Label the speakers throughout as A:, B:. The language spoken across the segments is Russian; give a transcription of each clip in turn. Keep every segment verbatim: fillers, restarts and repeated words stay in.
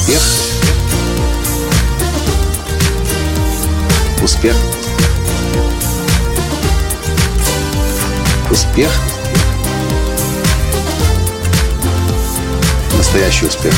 A: Успех. Успех. Успех. Настоящий успех.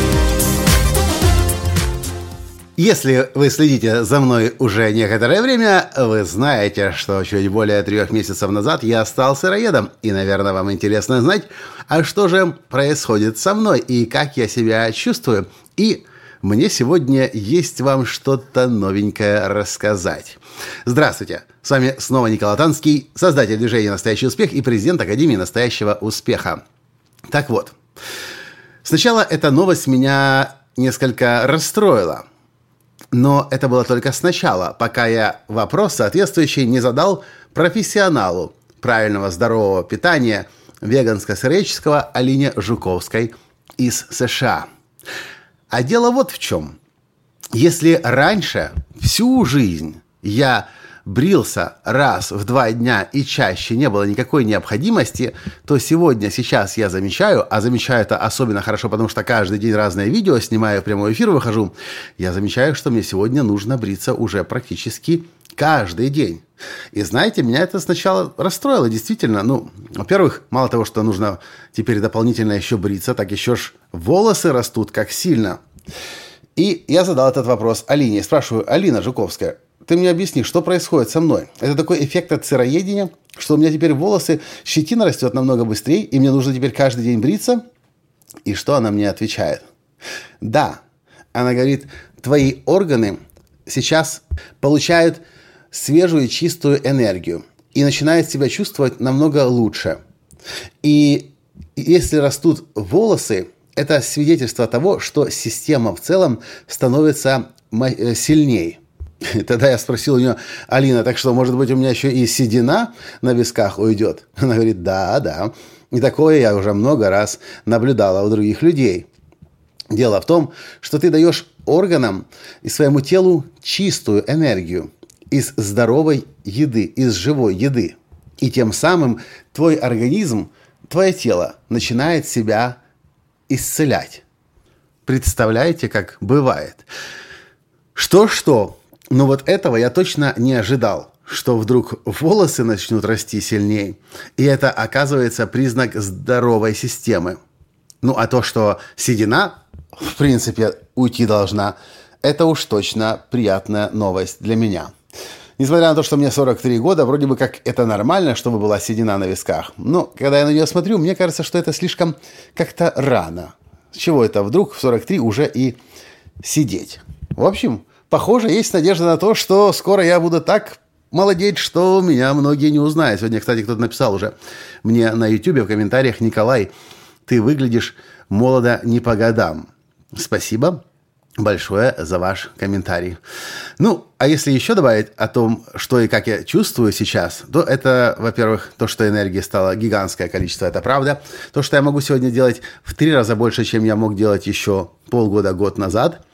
B: Если вы следите за мной уже некоторое время, вы знаете, что чуть более трех месяцев назад я стал сыроедом. И, наверное, вам интересно знать, а что же происходит со мной и как я себя чувствую. И мне сегодня есть вам что-то новенькое рассказать. Здравствуйте! С вами снова Николай Танский, создатель движения «Настоящий успех» и президент Академии настоящего успеха. Так вот, сначала эта новость меня несколько расстроила. Но это было только сначала, пока я вопрос соответствующий не задал профессионалу правильного здорового питания веганско-сыроедческого Алине Жуковской из США. А дело вот в чем. Если раньше всю жизнь я брился раз в два дня и чаще не было никакой необходимости, то сегодня, сейчас я замечаю, а замечаю это особенно хорошо, потому что каждый день разные видео снимаю, в прямой эфир выхожу, я замечаю, что мне сегодня нужно бриться уже практически каждый день. И знаете, меня это сначала расстроило, действительно. Ну, во-первых, мало того, что нужно теперь дополнительно еще бриться, так еще ж волосы растут как сильно. И я задал этот вопрос Алине. Спрашиваю: Алина Жуковская, ты мне объясни, что происходит со мной? Это такой эффект от сыроедения, что у меня теперь волосы, щетина растет намного быстрее, и мне нужно теперь каждый день бриться? И что она мне отвечает? Да, она говорит, твои органы сейчас получают свежую чистую энергию и начинают себя чувствовать намного лучше. И если растут волосы, это свидетельство того, что система в целом становится сильнее. Тогда я спросил у нее: Алина, так что, может быть, у меня еще и седина на висках уйдет? Она говорит: да, да. И такое я уже много раз наблюдала у других людей. Дело в том, что ты даешь органам и своему телу чистую энергию из здоровой еды, из живой еды. И тем самым твой организм, твое тело начинает себя исцелять. Представляете, как бывает? Что-что? Но вот этого я точно не ожидал, что вдруг волосы начнут расти сильнее. И это, оказывается, признак здоровой системы. Ну, а то, что седина, в принципе, уйти должна, это уж точно приятная новость для меня. Несмотря на то, что мне сорок три года, вроде бы как это нормально, чтобы была седина на висках. Но когда я на нее смотрю, мне кажется, что это слишком как-то рано. С чего это вдруг в сорок три уже и сидеть? В общем, похоже, есть надежда на то, что скоро я буду так молодеть, что меня многие не узнают. Сегодня, кстати, кто-то написал уже мне на YouTube в комментариях: Николай, ты выглядишь молодо не по годам. Спасибо большое за ваш комментарий. Ну, а если еще добавить о том, что и как я чувствую сейчас, то это, во-первых, то, что энергии стало гигантское количество, это правда. То, что я могу сегодня делать в три раза больше, чем я мог делать еще полгода-год назад.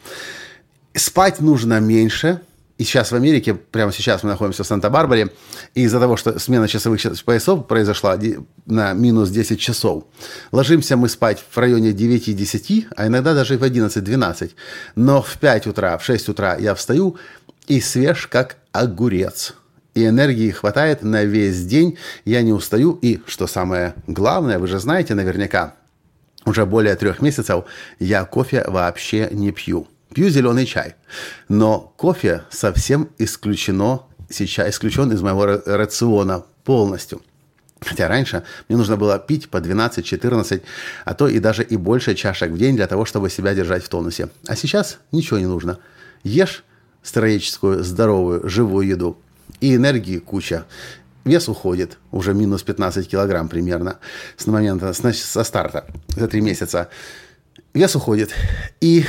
B: Спать нужно меньше. И сейчас в Америке, прямо сейчас мы находимся в Санта-Барбаре, и из-за того, что смена часовых поясов произошла на минус десять часов, ложимся мы спать в районе девять-десять, а иногда даже в одиннадцать-двенадцать. Но в пять утра, в шесть утра я встаю и свеж, как огурец. И энергии хватает на весь день, я не устаю. И, что самое главное, вы же знаете наверняка, уже более трех месяцев я кофе вообще не пью. Пью зеленый чай, но кофе совсем исключено, сейчас исключен из моего рациона полностью. Хотя раньше мне нужно было пить по двенадцать-четырнадцать, а то и даже и больше чашек в день для того, чтобы себя держать в тонусе. А сейчас ничего не нужно. Ешь сыроедческую, здоровую, живую еду, и энергии куча. Вес уходит, уже минус пятнадцать килограмм примерно с момента, со старта за три месяца. Вес уходит, и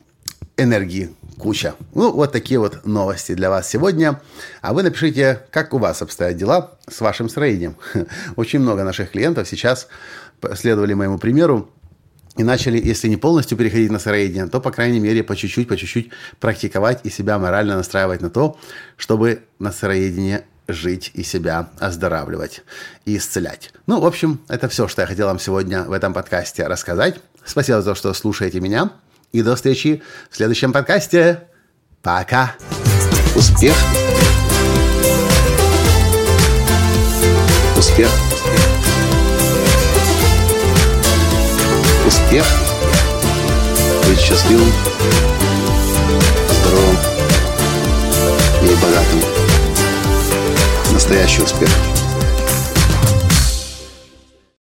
B: энергии куча. Ну, вот такие вот новости для вас сегодня. А вы напишите, как у вас обстоят дела с вашим сыроедением. Очень много наших клиентов сейчас следовали моему примеру и начали, если не полностью переходить на сыроедение, то, по крайней мере, по чуть-чуть, по чуть-чуть практиковать и себя морально настраивать на то, чтобы на сыроедение жить и себя оздоравливать и исцелять. Ну, в общем, это все, что я хотел вам сегодня в этом подкасте рассказать. Спасибо за то, что слушаете меня. И до встречи в следующем подкасте. Пока.
A: Успех. Успех. Успех. Быть счастливым, здоровым и богатым. Настоящий успех.